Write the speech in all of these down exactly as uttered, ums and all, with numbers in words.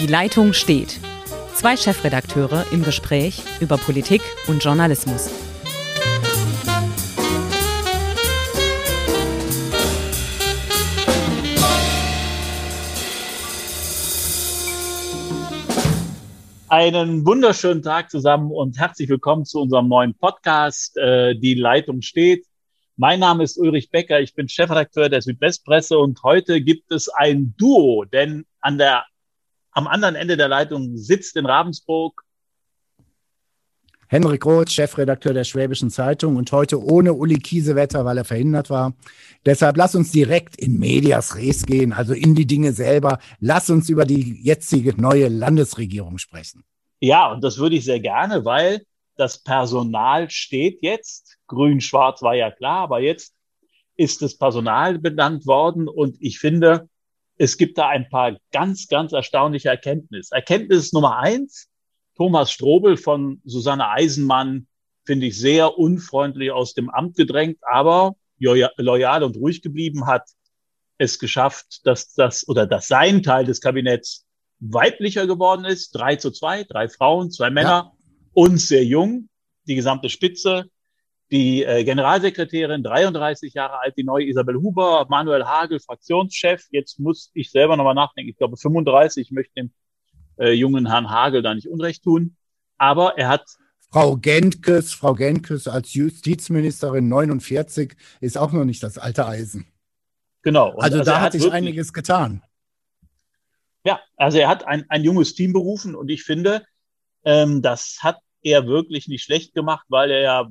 Die Leitung steht. Zwei Chefredakteure im Gespräch über Politik und Journalismus. Einen wunderschönen Tag zusammen und herzlich willkommen zu unserem neuen Podcast, äh, Die Leitung steht. Mein Name ist Ulrich Becker, ich bin Chefredakteur der Südwestpresse und heute gibt es ein Duo, denn an der, am anderen Ende der Leitung sitzt in Ravensburg Henrik Roth, Chefredakteur der Schwäbischen Zeitung und heute ohne Uli Kiesewetter, weil er verhindert war. Deshalb lass uns direkt in medias res gehen, also in die Dinge selber. Lass uns über die jetzige neue Landesregierung sprechen. Ja, und das würde ich sehr gerne, weil das Personal steht jetzt. Grün-Schwarz war ja klar, aber jetzt ist das Personal benannt worden und ich finde, es gibt da ein paar ganz, ganz erstaunliche Erkenntnisse. Erkenntnis Nummer eins: Thomas Strobel von Susanne Eisenmann finde ich sehr unfreundlich aus dem Amt gedrängt, aber loyal und ruhig geblieben, hat es geschafft, dass das oder dass sein Teil des Kabinetts weiblicher geworden ist. Drei zu zwei, drei Frauen, zwei Männer ja. Und sehr jung, die gesamte Spitze. Die äh, Generalsekretärin, dreiunddreißig Jahre alt, die neue Isabel Huber, Manuel Hagel, Fraktionschef. Jetzt muss ich selber nochmal nachdenken. Ich glaube fünfunddreißig. Ich möchte dem äh, jungen Herrn Hagel da nicht Unrecht tun. Aber er hat... Frau Gentges, Frau Gentges als Justizministerin neunundvierzig ist auch noch nicht das alte Eisen. Genau. Und also, also da hat sich wirklich einiges getan. Ja, also er hat ein, ein junges Team berufen und ich finde, ähm, das hat er wirklich nicht schlecht gemacht, weil er ja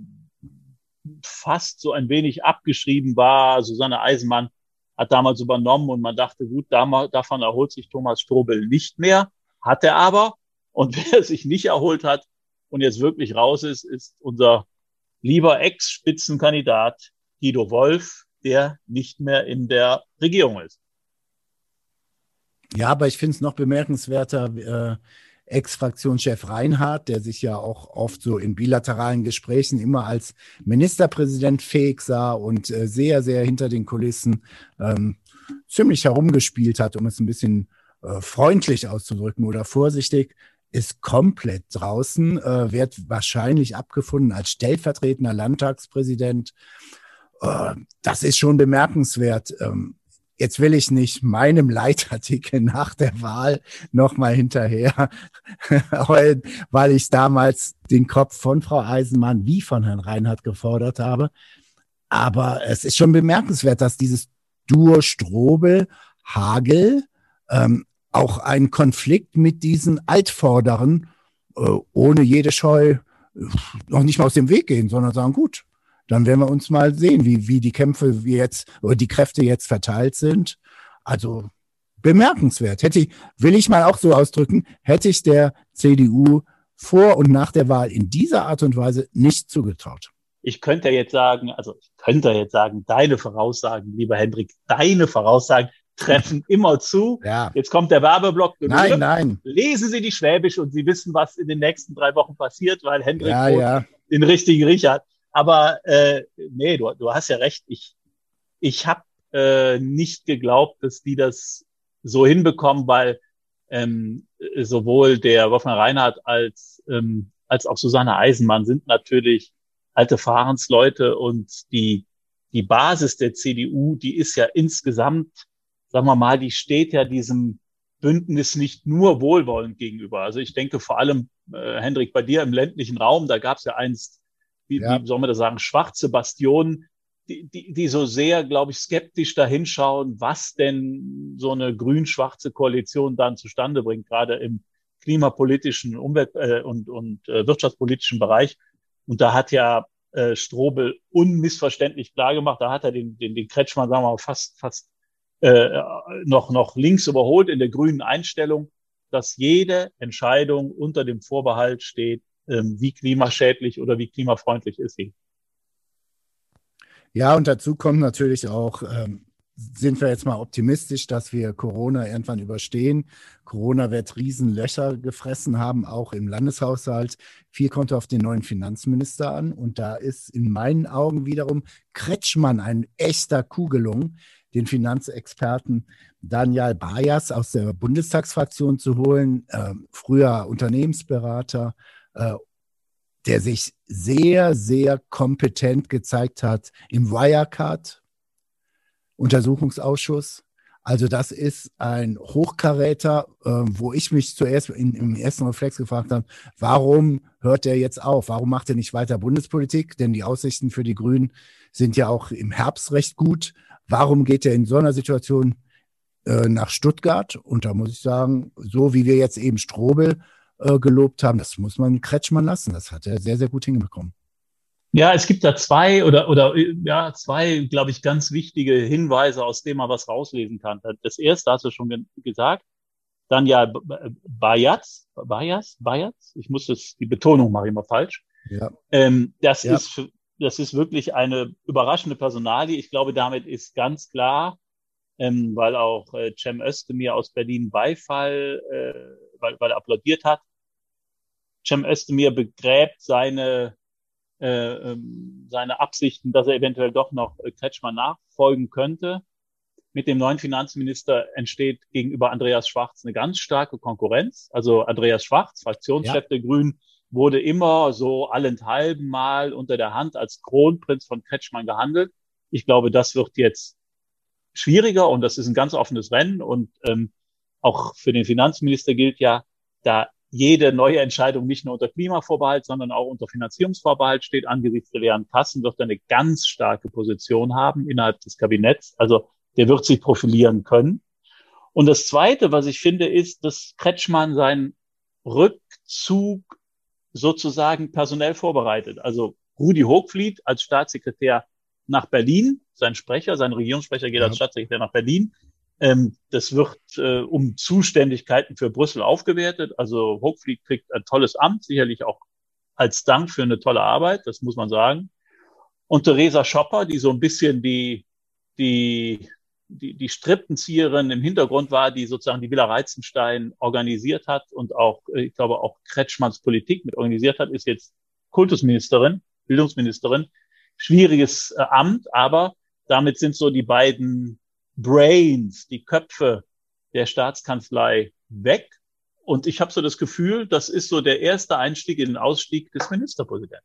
fast so ein wenig abgeschrieben war. Susanne Eisenmann hat damals übernommen und man dachte, gut, davon erholt sich Thomas Strobel nicht mehr. Hat er aber. Und wer sich nicht erholt hat und jetzt wirklich raus ist, ist unser lieber Ex-Spitzenkandidat Guido Wolf, der nicht mehr in der Regierung ist. Ja, aber ich finde es noch bemerkenswerter, äh, Ex-Fraktionschef Reinhardt, der sich ja auch oft so in bilateralen Gesprächen immer als Ministerpräsident fähig sah und äh, sehr, sehr hinter den Kulissen ähm, ziemlich herumgespielt hat, um es ein bisschen äh, freundlich auszudrücken oder vorsichtig, ist komplett draußen, äh, wird wahrscheinlich abgefunden als stellvertretender Landtagspräsident. Äh, das ist schon bemerkenswert. Ähm, Jetzt will ich nicht meinem Leitartikel nach der Wahl nochmal hinterher, weil ich damals den Kopf von Frau Eisenmann wie von Herrn Reinhardt gefordert habe. Aber es ist schon bemerkenswert, dass dieses Duo Strobel-Hagel ähm, auch einen Konflikt mit diesen Altvorderen äh, ohne jede Scheu äh, noch nicht mal aus dem Weg gehen, sondern sagen, gut, dann werden wir uns mal sehen, wie, wie die Kämpfe wie jetzt oder die Kräfte jetzt verteilt sind. Also bemerkenswert. Hätte ich, will ich mal auch so ausdrücken, hätte ich der C D U vor und nach der Wahl in dieser Art und Weise nicht zugetraut. Ich könnte jetzt sagen, also ich könnte jetzt sagen, deine Voraussagen, lieber Hendrik, deine Voraussagen treffen immer zu. Ja. Jetzt kommt der Werbeblock. Nein, nein. Lesen Sie die Schwäbisch und Sie wissen, was in den nächsten drei Wochen passiert, weil Hendrik ja, ja. den richtigen Riecher hat. Aber äh, nee, du, du hast ja recht. Ich, ich habe äh, nicht geglaubt, dass die das so hinbekommen, weil ähm, sowohl der Wolfgang Reinhardt als ähm, als auch Susanne Eisenmann sind natürlich alte Fahrensleute und die die Basis der C D U, die ist ja insgesamt, sagen wir mal, die steht ja diesem Bündnis nicht nur wohlwollend gegenüber. Also ich denke vor allem, äh, Hendrik, bei dir im ländlichen Raum, da gab es ja einst Wie, ja. wie soll man das sagen, schwarze Bastionen, die, die, die so sehr, glaube ich, skeptisch dahinschauen, was denn so eine grün-schwarze Koalition dann zustande bringt, gerade im klimapolitischen, Umwelt- äh, und, und äh, wirtschaftspolitischen Bereich. Und da hat ja äh, Strobel unmissverständlich klargemacht, da hat er den, den, den Kretschmann, sagen wir mal, fast, fast äh, noch, noch links überholt in der grünen Einstellung, dass jede Entscheidung unter dem Vorbehalt steht, wie klimaschädlich oder wie klimafreundlich ist sie. Ja, und dazu kommt natürlich auch, ähm, sind wir jetzt mal optimistisch, dass wir Corona irgendwann überstehen. Corona wird Riesenlöcher gefressen haben, auch im Landeshaushalt. Viel kommt auf den neuen Finanzminister an. Und da ist in meinen Augen wiederum Kretschmann ein echter Kuh gelungen, den Finanzexperten Daniel Bayas aus der Bundestagsfraktion zu holen, äh, früher Unternehmensberater, äh, der sich sehr, sehr kompetent gezeigt hat im Wirecard-Untersuchungsausschuss. Also das ist ein Hochkaräter, äh, wo ich mich zuerst in, im ersten Reflex gefragt habe, warum hört er jetzt auf? Warum macht er nicht weiter Bundespolitik? Denn die Aussichten für die Grünen sind ja auch im Herbst recht gut. Warum geht er in so einer Situation äh, nach Stuttgart? Und da muss ich sagen, so wie wir jetzt eben Strobel äh, gelobt haben, das muss man Kretschmann lassen. Das hat er sehr, sehr gut hinbekommen. Ja, es gibt da zwei oder, oder, ja, zwei, glaube ich, ganz wichtige Hinweise, aus denen man was rauslesen kann. Das erste hast du schon ge- gesagt. Dann ja Bayaz, Bayaz, Bayaz. Ich muss das, die Betonung mache ich immer falsch. Ja. Ähm, das Ja. ist, für- das ist wirklich eine überraschende Personalie. Ich glaube, damit ist ganz klar, ähm, weil auch äh, Cem Özdemir aus Berlin Beifall, äh, weil, weil er applaudiert hat. Cem Özdemir begräbt seine äh, ähm, seine Absichten, dass er eventuell doch noch äh, Kretschmann nachfolgen könnte. Mit dem neuen Finanzminister entsteht gegenüber Andreas Schwarz eine ganz starke Konkurrenz. Also Andreas Schwarz, Fraktionschef Ja. der Grünen, wurde immer so allenthalben mal unter der Hand als Kronprinz von Kretschmann gehandelt. Ich glaube, das wird jetzt schwieriger und das ist ein ganz offenes Rennen. Und ähm, auch für den Finanzminister gilt ja, da jede neue Entscheidung nicht nur unter Klimavorbehalt, sondern auch unter Finanzierungsvorbehalt steht, angesichts der leeren Kassen, wird er eine ganz starke Position haben innerhalb des Kabinetts. Also der wird sich profilieren können. Und das Zweite, was ich finde, ist, dass Kretschmann seinen Rückzug sozusagen personell vorbereitet. Also Rudi Hochfliet als Staatssekretär nach Berlin, sein Sprecher, sein Regierungssprecher geht Ja. als Staatssekretär nach Berlin. Ähm, das wird äh, um Zuständigkeiten für Brüssel aufgewertet. Also Hochfliet kriegt ein tolles Amt, sicherlich auch als Dank für eine tolle Arbeit, das muss man sagen. Und Theresa Schopper, die so ein bisschen die, die, die, die Strippenzieherin im Hintergrund war, die sozusagen die Villa Reitzenstein organisiert hat und auch, ich glaube, auch Kretschmanns Politik mit organisiert hat, ist jetzt Kultusministerin, Bildungsministerin. Schwieriges äh, Amt, aber damit sind so die beiden Brains, die Köpfe der Staatskanzlei weg. Und ich habe so das Gefühl, das ist so der erste Einstieg in den Ausstieg des Ministerpräsidenten.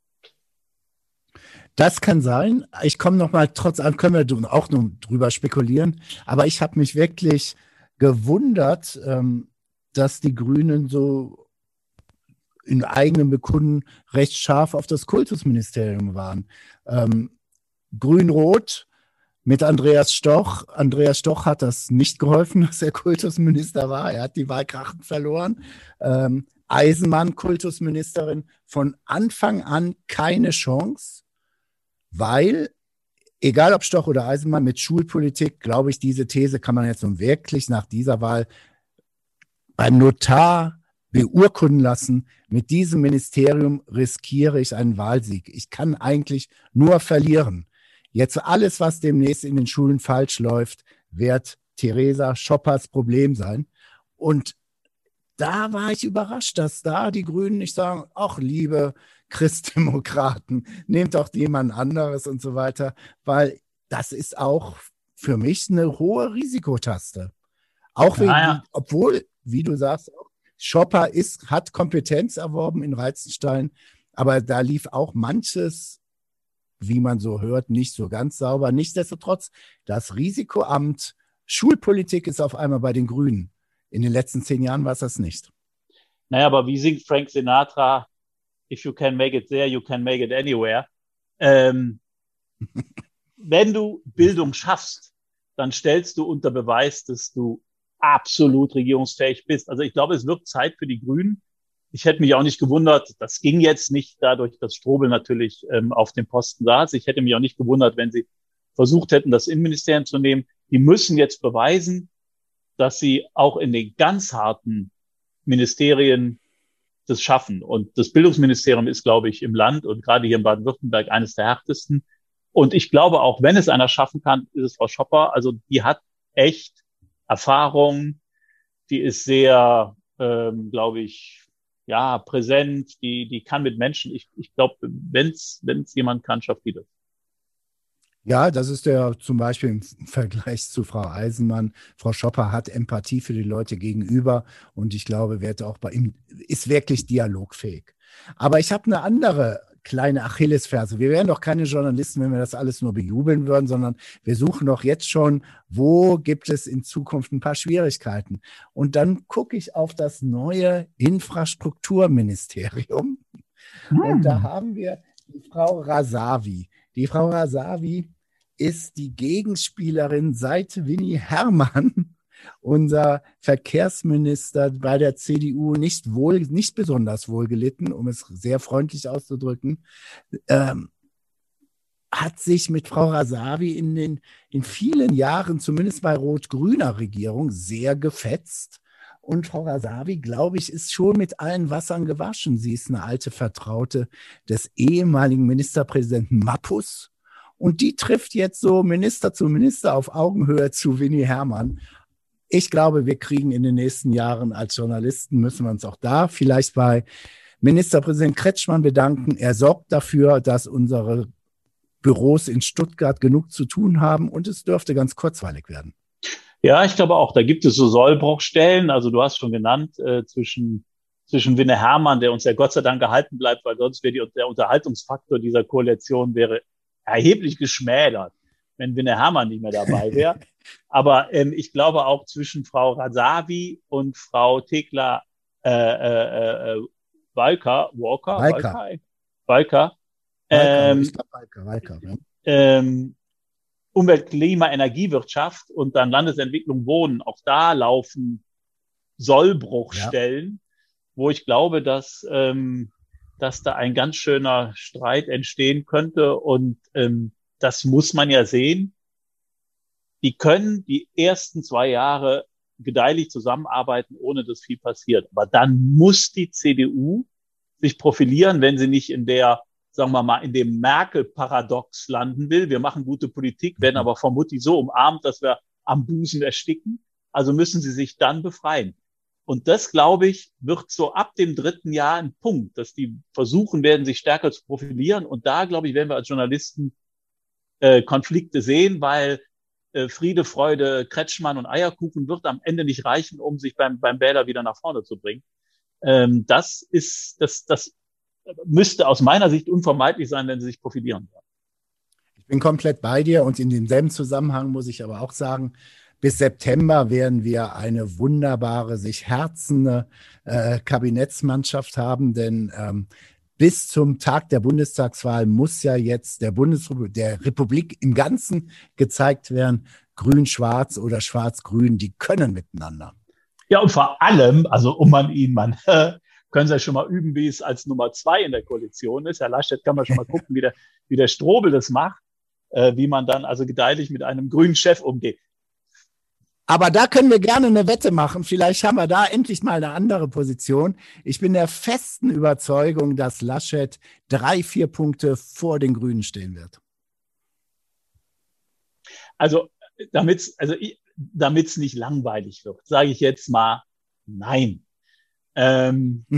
Das kann sein. Ich komme noch mal, trotz allem können wir auch nur drüber spekulieren. Aber ich habe mich wirklich gewundert, ähm, dass die Grünen so in eigenem Bekunden recht scharf auf das Kultusministerium waren. Ähm, Grün-Rot mit Andreas Stoch. Andreas Stoch hat das nicht geholfen, dass er Kultusminister war. Er hat die Wahl krachend verloren. Ähm, Eisenmann, Kultusministerin, von Anfang an keine Chance, weil, egal ob Stoch oder Eisenmann, mit Schulpolitik, glaube ich, diese These kann man jetzt nun wirklich nach dieser Wahl beim Notar beurkunden lassen. Mit diesem Ministerium riskiere ich einen Wahlsieg. Ich kann eigentlich nur verlieren. Jetzt alles, was demnächst in den Schulen falsch läuft, wird Theresa Schoppers Problem sein. Und da war ich überrascht, dass da die Grünen nicht sagen, ach, liebe Christdemokraten, nehmt doch jemand anderes und so weiter, weil das ist auch für mich eine hohe Risikotaste. Auch wegen, Ja, ja. obwohl, wie du sagst, Schopper ist, hat Kompetenz erworben in Reitzenstein, aber da lief auch manches, wie man so hört, nicht so ganz sauber. Nichtsdestotrotz, das Risikoamt Schulpolitik ist auf einmal bei den Grünen. In den letzten zehn Jahren war es das nicht. Naja, aber wie singt Frank Sinatra? If you can make it there, you can make it anywhere. Ähm, wenn du Bildung schaffst, dann stellst du unter Beweis, dass du absolut regierungsfähig bist. Also ich glaube, es wird Zeit für die Grünen. Ich hätte mich auch nicht gewundert, das ging jetzt nicht dadurch, dass Strobel natürlich ähm, auf dem Posten saß. Ich hätte mich auch nicht gewundert, wenn sie versucht hätten, das Innenministerium zu nehmen. Die müssen jetzt beweisen, dass sie auch in den ganz harten Ministerien das schaffen. Und das Bildungsministerium ist, glaube ich, im Land und gerade hier in Baden-Württemberg eines der härtesten. Und ich glaube, auch wenn es einer schaffen kann, ist es Frau Schopper. Also die hat echt Erfahrung, die ist sehr, ähm, glaube ich, ja, präsent, die, die kann mit Menschen, ich, ich glaube, wenn es wenn es jemand kann, schafft die das. Ja, das ist der zum Beispiel im Vergleich zu Frau Eisenmann. Frau Schopper hat Empathie für die Leute gegenüber und ich glaube, wird auch bei ihm, ist wirklich dialogfähig. Aber ich habe eine andere kleine Achillesferse. Wir wären doch keine Journalisten, wenn wir das alles nur bejubeln würden, sondern wir suchen doch jetzt schon, wo gibt es in Zukunft ein paar Schwierigkeiten. Und dann gucke ich auf das neue Infrastrukturministerium hm. und da haben wir die Frau Rasavi. Die Frau Rasavi ist die Gegenspielerin seit Winnie Herrmann, unser Verkehrsminister bei der C D U, nicht wohl, nicht besonders wohl gelitten, um es sehr freundlich auszudrücken, ähm, hat sich mit Frau Rasavi in den, in vielen Jahren, zumindest bei rot-grüner Regierung, sehr gefetzt. Und Frau Rasavi, glaube ich, ist schon mit allen Wassern gewaschen. Sie ist eine alte Vertraute des ehemaligen Ministerpräsidenten Mappus. Und die trifft jetzt so Minister zu Minister auf Augenhöhe zu Winnie Herrmann. Ich glaube, wir kriegen in den nächsten Jahren als Journalisten, müssen wir uns auch da vielleicht bei Ministerpräsident Kretschmann bedanken. Er sorgt dafür, dass unsere Büros in Stuttgart genug zu tun haben und es dürfte ganz kurzweilig werden. Ja, ich glaube auch, da gibt es so Sollbruchstellen. Also du hast schon genannt, äh, zwischen zwischen Winnie Herrmann, der uns ja Gott sei Dank gehalten bleibt, weil sonst wäre die, der Unterhaltungsfaktor dieser Koalition wäre erheblich geschmälert, wenn Winnie Herrmann nicht mehr dabei wäre. Aber ähm, ich glaube auch zwischen Frau Rasavi und Frau Thekla äh, äh, äh, Walker, Walker, Walker, Walker, Walker, ähm, ich glaube Walker, Walker, ja. ähm, Umwelt, Klima, Energiewirtschaft und dann Landesentwicklung, Wohnen. Auch da laufen Sollbruchstellen, ja, wo ich glaube, dass ähm, dass da ein ganz schöner Streit entstehen könnte. Und ähm, das muss man ja sehen. Die können die ersten zwei Jahre gedeihlich zusammenarbeiten, ohne dass viel passiert. Aber dann muss die C D U sich profilieren, wenn sie nicht in der, sagen wir mal, in dem Merkel-Paradox landen will. Wir machen gute Politik, werden aber von Mutti so umarmt, dass wir am Busen ersticken. Also müssen sie sich dann befreien. Und das, glaube ich, wird so ab dem dritten Jahr ein Punkt, dass die versuchen werden, sich stärker zu profilieren. Und da, glaube ich, werden wir als Journalisten äh, Konflikte sehen, weil äh, Friede, Freude, Kretschmann und Eierkuchen wird am Ende nicht reichen, um sich beim, beim Wähler wieder nach vorne zu bringen. Ähm, das ist, das, das müsste aus meiner Sicht unvermeidlich sein, wenn sie sich profilieren wollen. Ich bin komplett bei dir und in demselben Zusammenhang muss ich aber auch sagen, bis September werden wir eine wunderbare, sich herzende äh, Kabinettsmannschaft haben, denn ähm, bis zum Tag der Bundestagswahl muss ja jetzt der Bundesrepublik, der Republik im Ganzen gezeigt werden, grün-schwarz oder schwarz-grün, die können miteinander. Ja, und vor allem, also um man ihn, man können Sie ja schon mal üben, wie es als Nummer zwei in der Koalition ist. Herr Laschet kann man schon mal gucken, wie der, wie der Strobel das macht, äh, wie man dann also gedeihlich mit einem grünen Chef umgeht. Aber da können wir gerne eine Wette machen. Vielleicht haben wir da endlich mal eine andere Position. Ich bin der festen Überzeugung, dass Laschet drei, vier Punkte vor den Grünen stehen wird. Also, damit's, also, damit's nicht langweilig wird, sage ich jetzt mal nein. Ähm,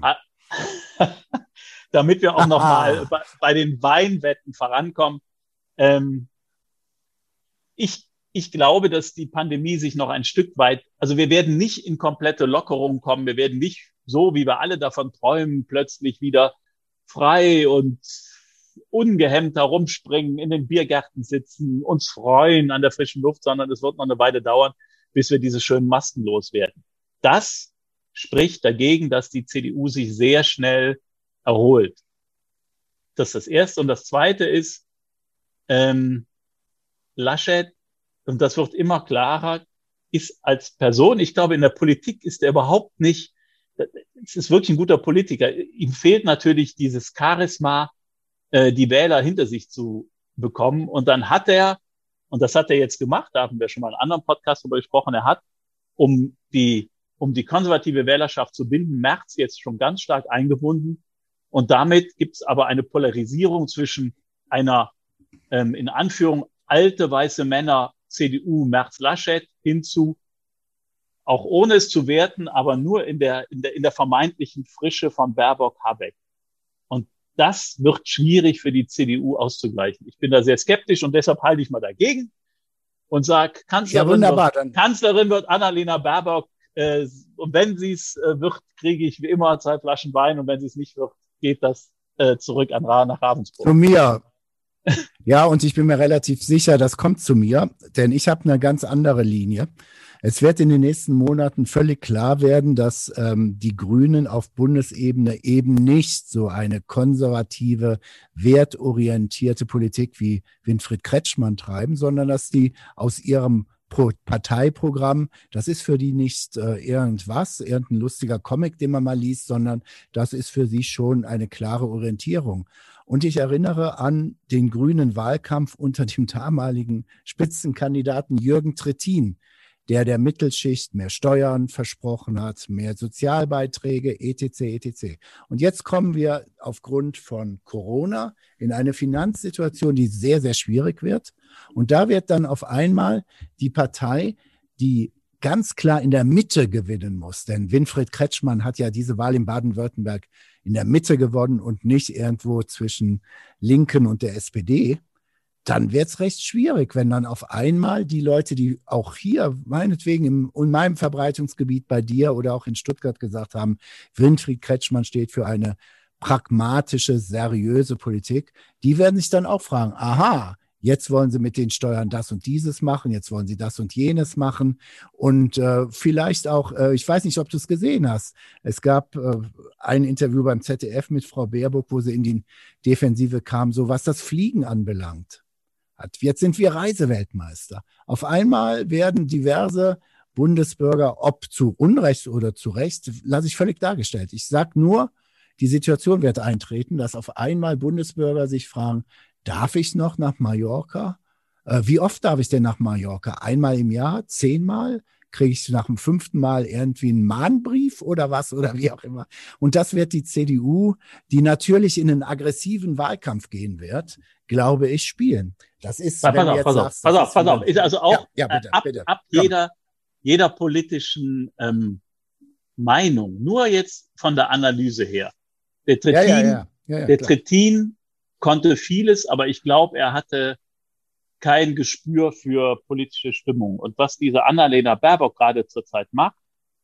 damit wir auch noch mal bei, bei den Weinwetten vorankommen. Ähm, ich Ich glaube, dass die Pandemie sich noch ein Stück weit, also wir werden nicht in komplette Lockerung kommen. Wir werden nicht so, wie wir alle davon träumen, plötzlich wieder frei und ungehemmt herumspringen, in den Biergärten sitzen, uns freuen an der frischen Luft, sondern es wird noch eine Weile dauern, bis wir diese schönen Masken loswerden. Das spricht dagegen, dass die C D U sich sehr schnell erholt. Das ist das Erste. Und das Zweite ist, ähm, Laschet, und das wird immer klarer, ist als Person, ich glaube, in der Politik ist er überhaupt nicht, es ist wirklich ein guter Politiker. Ihm fehlt natürlich dieses Charisma, äh, die Wähler hinter sich zu bekommen. Und dann hat er, und das hat er jetzt gemacht, da haben wir schon mal in einem anderen Podcast darüber gesprochen, er hat, um die, um die konservative Wählerschaft zu binden, Merz jetzt schon ganz stark eingebunden. Und damit gibt es aber eine Polarisierung zwischen einer, ähm, in Anführung, alte weiße Männer, C D U, Merz-Laschet hinzu, auch ohne es zu werten, aber nur in der, in der, in der vermeintlichen Frische von Baerbock-Habeck. Und das wird schwierig für die C D U auszugleichen. Ich bin da sehr skeptisch und deshalb halte ich mal dagegen und sage, Kanzlerin, ja, wird, Kanzlerin wird Annalena Baerbock, äh, und wenn sie es äh, wird, kriege ich wie immer zwei Flaschen Wein und wenn sie es nicht wird, geht das äh, zurück an nach Ravensburg. Zu mir. Ja, und ich bin mir relativ sicher, das kommt zu mir, denn ich habe eine ganz andere Linie. Es wird in den nächsten Monaten völlig klar werden, dass ähm, die Grünen auf Bundesebene eben nicht so eine konservative, wertorientierte Politik wie Winfried Kretschmann treiben, sondern dass die aus ihrem Pro- Parteiprogramm, das ist für die nicht äh, irgendwas, irgendein lustiger Comic, den man mal liest, sondern das ist für sie schon eine klare Orientierung. Und ich erinnere an den grünen Wahlkampf unter dem damaligen Spitzenkandidaten Jürgen Trittin, der der Mittelschicht mehr Steuern versprochen hat, mehr Sozialbeiträge, et cetera et cetera. Und jetzt kommen wir aufgrund von Corona in eine Finanzsituation, die sehr, sehr schwierig wird. Und da wird dann auf einmal die Partei, die ganz klar in der Mitte gewinnen muss, denn Winfried Kretschmann hat ja diese Wahl in Baden-Württemberg in der Mitte gewonnen und nicht irgendwo zwischen Linken und der S P D, dann wird es recht schwierig, wenn dann auf einmal die Leute, die auch hier meinetwegen im, in meinem Verbreitungsgebiet bei dir oder auch in Stuttgart gesagt haben, Winfried Kretschmann steht für eine pragmatische, seriöse Politik, die werden sich dann auch fragen, aha, jetzt wollen sie mit den Steuern das und dieses machen, jetzt wollen sie das und jenes machen und äh, vielleicht auch, äh, ich weiß nicht, ob du es gesehen hast, es gab äh, ein Interview beim Z D F mit Frau Baerbock, wo sie in die Defensive kam, so was das Fliegen anbelangt. Jetzt sind wir Reiseweltmeister. Auf einmal werden diverse Bundesbürger, ob zu Unrecht oder zu Recht, lasse ich völlig dargestellt. Ich sage nur, die Situation wird eintreten, dass auf einmal Bundesbürger sich fragen, darf ich noch nach Mallorca? Äh, wie oft darf ich denn nach Mallorca? Einmal im Jahr? Zehnmal? Kriege ich nach dem fünften Mal irgendwie einen Mahnbrief oder was oder wie auch immer? Und das wird die C D U, die natürlich in einen aggressiven Wahlkampf gehen wird, glaube ich, spielen. Das ist, pass wenn auf, du jetzt pass sagst, auf, pass auf, pass auf. Ist also auch ja, ja, bitte, ab, bitte. ab jeder, jeder politischen ähm, Meinung, nur jetzt von der Analyse her. Der Trittin, ja, ja, ja. Ja, ja, der Trittin konnte vieles, aber ich glaube, er hatte kein Gespür für politische Stimmung. Und was diese Annalena Baerbock gerade zurzeit macht,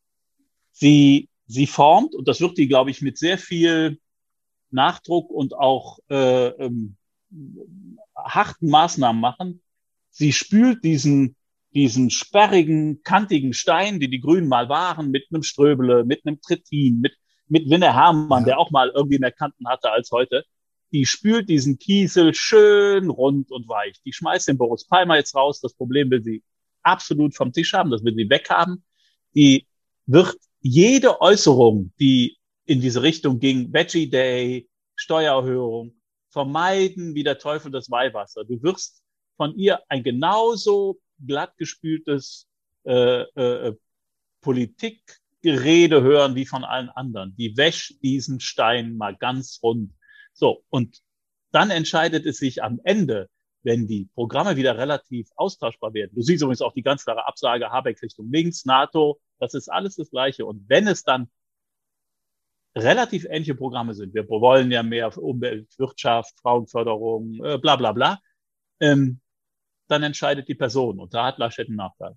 sie, sie formt, und das wird die, glaube ich, mit sehr viel Nachdruck und auch äh, ähm, harten Maßnahmen machen. Sie spült diesen, diesen sperrigen, kantigen Stein, die die Grünen mal waren, mit einem Ströbele, mit einem Trittin, mit, mit Winne Hermann, ja, der auch mal irgendwie mehr Kanten hatte als heute. Die spült diesen Kiesel schön rund und weich. Die schmeißt den Boris Palmer jetzt raus. Das Problem will sie absolut vom Tisch haben. Das will sie weghaben. Die wird jede Äußerung, die in diese Richtung ging, Veggie Day, Steuererhöhung, vermeiden wie der Teufel das Weihwasser. Du wirst von ihr ein genauso glattgespültes äh, äh, Politikgerede hören wie von allen anderen. Die wäscht diesen Stein mal ganz rund. So, und dann entscheidet es sich am Ende, wenn die Programme wieder relativ austauschbar werden. Du siehst übrigens auch die ganz klare Absage, Habeck Richtung links, NATO, das ist alles das Gleiche. Und wenn es dann relativ ähnliche Programme sind, wir wollen ja mehr Umwelt, Wirtschaft, Frauenförderung, äh, bla bla bla, ähm, dann entscheidet die Person. Und da hat Laschet einen Nachteil.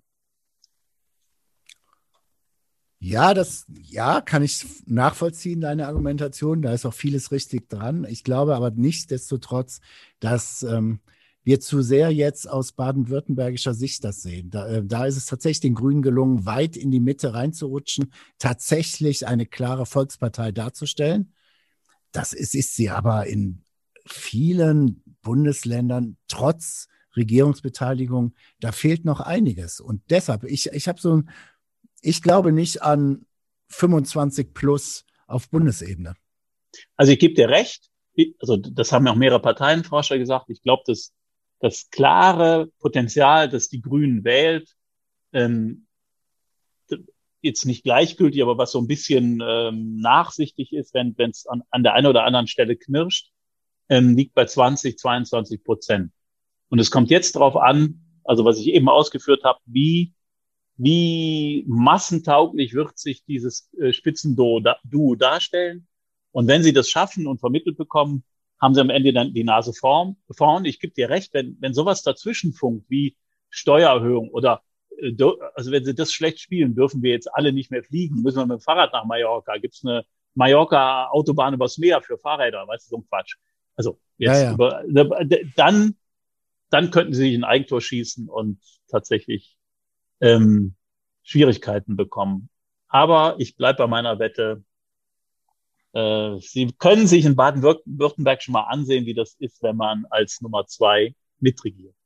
Ja, das, ja, kann ich nachvollziehen, deine Argumentation. Da ist auch vieles richtig dran. Ich glaube aber nichtsdestotrotz, dass ähm, wir zu sehr jetzt aus baden-württembergischer Sicht das sehen. Da, äh, da ist es tatsächlich den Grünen gelungen, weit in die Mitte reinzurutschen, tatsächlich eine klare Volkspartei darzustellen. Das ist, ist sie aber in vielen Bundesländern trotz Regierungsbeteiligung, da fehlt noch einiges. Und deshalb, ich, ich habe so ein Ich glaube nicht an fünfundzwanzig plus auf Bundesebene. Also ich gebe dir recht. Also das haben ja auch mehrere Parteienforscher gesagt. Ich glaube, dass das klare Potenzial, das die Grünen wählt, ähm, jetzt nicht gleichgültig, aber was so ein bisschen ähm, nachsichtig ist, wenn es an, an der einen oder anderen Stelle knirscht, ähm, liegt bei zwanzig, zweiundzwanzig Prozent. Und es kommt jetzt darauf an, also was ich eben ausgeführt habe, wie Wie massentauglich wird sich dieses äh, Spitzenduo da, Duo darstellen? Und wenn sie das schaffen und vermittelt bekommen, haben sie am Ende dann die Nase vorn. vorn. Ich gebe dir recht, wenn, wenn sowas dazwischen funkt, wie Steuererhöhung oder, äh, also wenn sie das schlecht spielen, dürfen wir jetzt alle nicht mehr fliegen, müssen wir mit dem Fahrrad nach Mallorca, gibt's eine Mallorca-Autobahn übers Meer für Fahrräder, weißt du, so ein Quatsch. Also jetzt Ja, ja. über, dann, dann könnten sie sich ein Eigentor schießen und tatsächlich ähm, Schwierigkeiten bekommen. Aber ich bleibe bei meiner Wette. Äh, Sie können sich in Baden-Württemberg schon mal ansehen, wie das ist, wenn man als Nummer zwei mitregiert.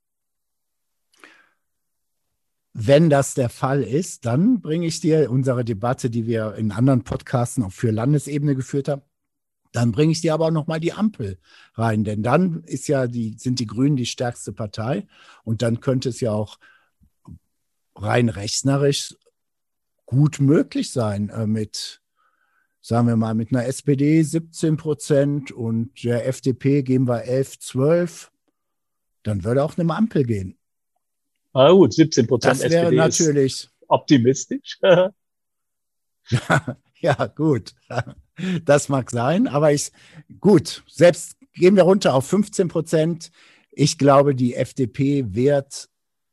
Wenn das der Fall ist, dann bringe ich dir unsere Debatte, die wir in anderen Podcasten auch für Landesebene geführt haben, dann bringe ich dir aber auch nochmal die Ampel rein, denn dann ist ja die, sind die Grünen die stärkste Partei und dann könnte es ja auch rein rechnerisch gut möglich sein äh, mit, sagen wir mal, mit einer S P D siebzehn Prozent und der F D P geben wir elf, zwölf, dann würde auch eine Ampel gehen. Na gut, siebzehn Prozent Das wäre S P D natürlich ist optimistisch. Ja, gut. Das mag sein, aber ich, gut, selbst gehen wir runter auf fünfzehn Prozent. Ich glaube, die F D P wird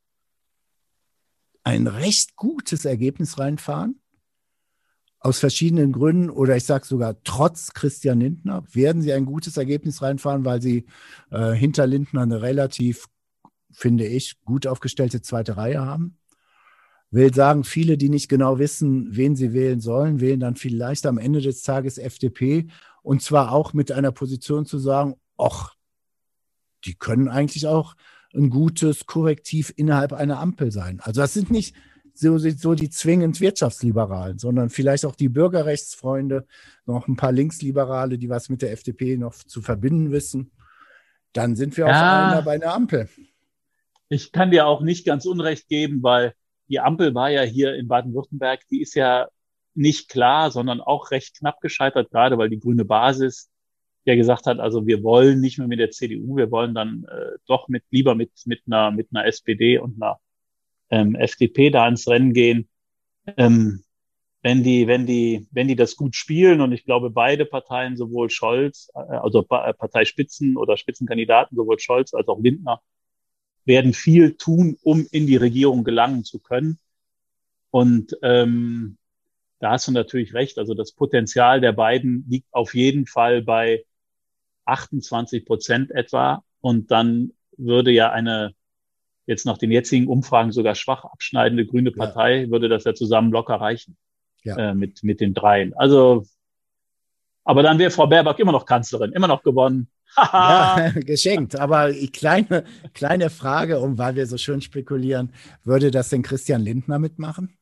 ein recht gutes Ergebnis reinfahren. Aus verschiedenen Gründen, oder ich sage sogar trotz Christian Lindner, werden sie ein gutes Ergebnis reinfahren, weil sie äh, hinter Lindner eine relativ, finde ich, gut aufgestellte zweite Reihe haben. Will sagen, viele, die nicht genau wissen, wen sie wählen sollen, wählen dann vielleicht am Ende des Tages F D P und zwar auch mit einer Position zu sagen, ach, die können eigentlich auch ein gutes Korrektiv innerhalb einer Ampel sein. Also das sind nicht so, so die zwingend Wirtschaftsliberalen, sondern vielleicht auch die Bürgerrechtsfreunde, noch ein paar Linksliberale, die was mit der F D P noch zu verbinden wissen. Dann sind wir ja auf einer bei einer Ampel. Ich kann dir auch nicht ganz Unrecht geben, weil die Ampel war ja hier in Baden-Württemberg, die ist ja nicht klar, sondern auch recht knapp gescheitert, gerade weil die grüne Basis ja gesagt hat, also wir wollen nicht mehr mit der C D U, wir wollen dann äh, doch mit lieber mit mit einer mit einer S P D und einer ähm, F D P da ins Rennen gehen. Ähm, wenn die wenn die wenn die das gut spielen und ich glaube beide Parteien, sowohl Scholz, äh, also pa- Parteispitzen oder Spitzenkandidaten, sowohl Scholz als auch Lindner, werden viel tun, um in die Regierung gelangen zu können. Und ähm, da hast du natürlich recht. Also das Potenzial der beiden liegt auf jeden Fall bei achtundzwanzig Prozent etwa. Und dann würde ja eine jetzt nach den jetzigen Umfragen sogar schwach abschneidende grüne Partei, ja. würde das ja zusammen locker reichen ja. äh, mit mit den dreien. Also, aber dann wäre Frau Baerbock immer noch Kanzlerin, immer noch gewonnen. Ja, geschenkt. Aber kleine, kleine Frage, um weil wir so schön spekulieren, würde das denn Christian Lindner mitmachen?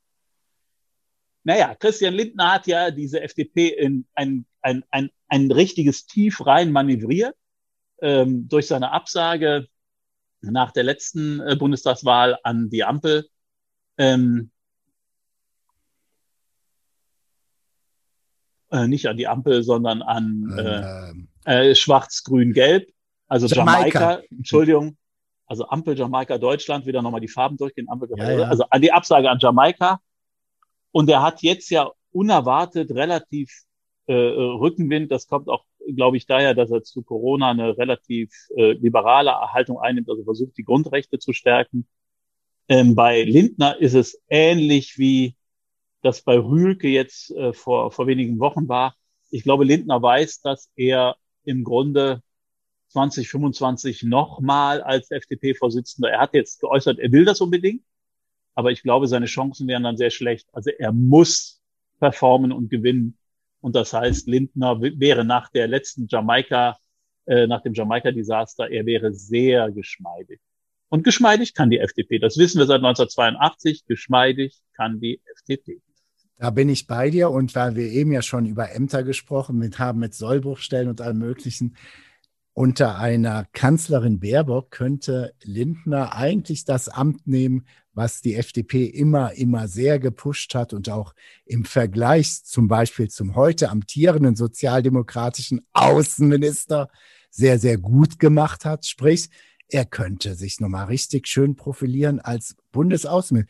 Naja, Christian Lindner hat ja diese F D P in ein, ein, ein, ein richtiges Tief rein manövriert, ähm, durch seine Absage nach der letzten äh, Bundestagswahl an die Ampel. Ähm, äh, nicht an die Ampel, sondern an äh, äh, Schwarz-Grün-Gelb, also Jamaika. Jamaika, Entschuldigung, also Ampel, Jamaika, Deutschland, wieder nochmal die Farben durchgehen, Ampel, ja, ja. Also an die Absage an Jamaika. Und er hat jetzt ja unerwartet relativ äh, Rückenwind. Das kommt auch, glaube ich, daher, dass er zu Corona eine relativ äh, liberale Haltung einnimmt, also versucht, die Grundrechte zu stärken. Ähm, bei Lindner ist es ähnlich wie das bei Rühlke jetzt äh, vor, vor wenigen Wochen war. Ich glaube, Lindner weiß, dass er im Grunde zwanzig fünfundzwanzig nochmal als F D P-Vorsitzender, er hat jetzt geäußert, er will das unbedingt, aber ich glaube, seine Chancen wären dann sehr schlecht. Also er muss performen und gewinnen. Und das heißt, Lindner wäre nach der letzten Jamaika, äh, nach dem Jamaika-Desaster, er wäre sehr geschmeidig. Und geschmeidig kann die F D P. Das wissen wir seit neunzehnhundertzweiundachtzig. Geschmeidig kann die F D P. Da bin ich bei dir. Und weil wir eben ja schon über Ämter gesprochen mit, haben, mit Sollbruchstellen und allem Möglichen, unter einer Kanzlerin Baerbock könnte Lindner eigentlich das Amt nehmen, was die F D P immer, immer sehr gepusht hat und auch im Vergleich zum Beispiel zum heute amtierenden sozialdemokratischen Außenminister sehr, sehr gut gemacht hat. Sprich, er könnte sich nochmal richtig schön profilieren als Bundesaußenminister.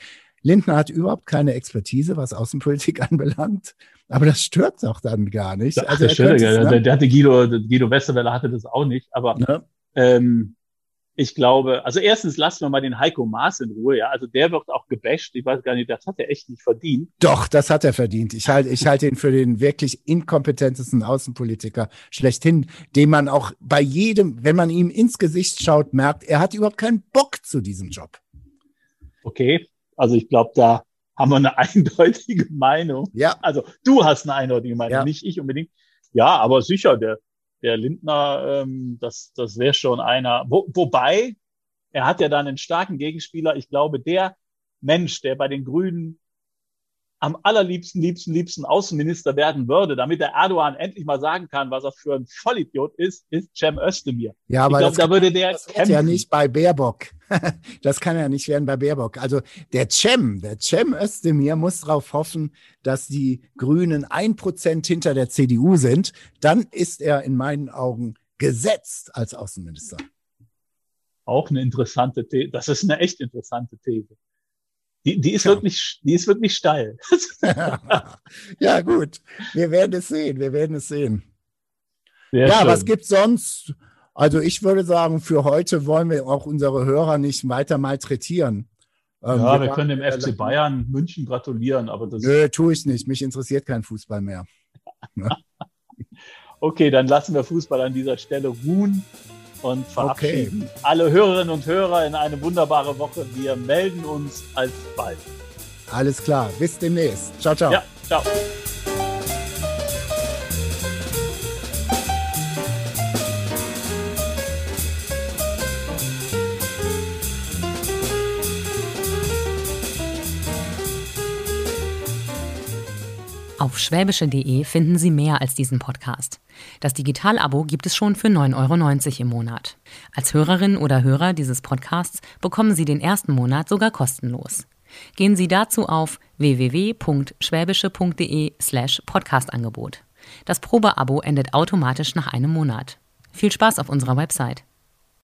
Lindner hat überhaupt keine Expertise, was Außenpolitik anbelangt. Aber das stört doch dann gar nicht. Ach, also das stört, ja, ne? der, der hatte Guido, Guido Westerwelle hatte das auch nicht. Aber ne? ähm, ich glaube, also erstens lassen wir mal den Heiko Maas in Ruhe. Ja, also der wird auch gebasht. Ich weiß gar nicht, das hat er echt nicht verdient. Doch, das hat er verdient. Ich halte, ich halte ihn für den wirklich inkompetentesten Außenpolitiker schlechthin, den man auch bei jedem, wenn man ihm ins Gesicht schaut, merkt, er hat überhaupt keinen Bock zu diesem Job. Okay, also ich glaube, da haben wir eine eindeutige Meinung. Ja. Also du hast eine eindeutige Meinung, ja. nicht ich unbedingt. Ja, aber sicher, der der Lindner, ähm, das das wäre schon einer. Wo, wobei, er hat ja dann einen starken Gegenspieler. Ich glaube, der Mensch, der bei den Grünen am allerliebsten, liebsten, liebsten Außenminister werden würde, damit der Erdogan endlich mal sagen kann, was er für ein Vollidiot ist, ist Cem Özdemir. Ja, aber ich glaube, da würde der das kämpfen. Ja nicht bei Baerbock. Das kann ja nicht werden bei Baerbock. Also der Cem, der Cem Özdemir muss darauf hoffen, dass die Grünen ein Prozent hinter der C D U sind. Dann ist er in meinen Augen gesetzt als Außenminister. Auch eine interessante These. Das ist eine echt interessante These. Die, die ist ja. wirklich, die ist wirklich steil. Ja, gut. Wir werden es sehen. Wir werden es sehen. Sehr ja, schön. Was gibt's sonst? Also ich würde sagen, für heute wollen wir auch unsere Hörer nicht weiter malträtieren. Ähm, ja, wir, wir können dem F C Bayern München gratulieren, aber das. Nö, tue ich nicht. Mich interessiert kein Fußball mehr. Okay, dann lassen wir Fußball an dieser Stelle ruhen. Und verabschieden okay. alle Hörerinnen und Hörer in eine wunderbare Woche. Wir melden uns alsbald. Alles klar, bis demnächst. Ciao, ciao. Ja, ciao. Auf schwäbische punkt de finden Sie mehr als diesen Podcast. Das Digital-Abo gibt es schon für neun Euro neunzig im Monat. Als Hörerin oder Hörer dieses Podcasts bekommen Sie den ersten Monat sogar kostenlos. Gehen Sie dazu auf w w w punkt schwäbische punkt de slash Podcastangebot. Das Probeabo endet automatisch nach einem Monat. Viel Spaß auf unserer Website.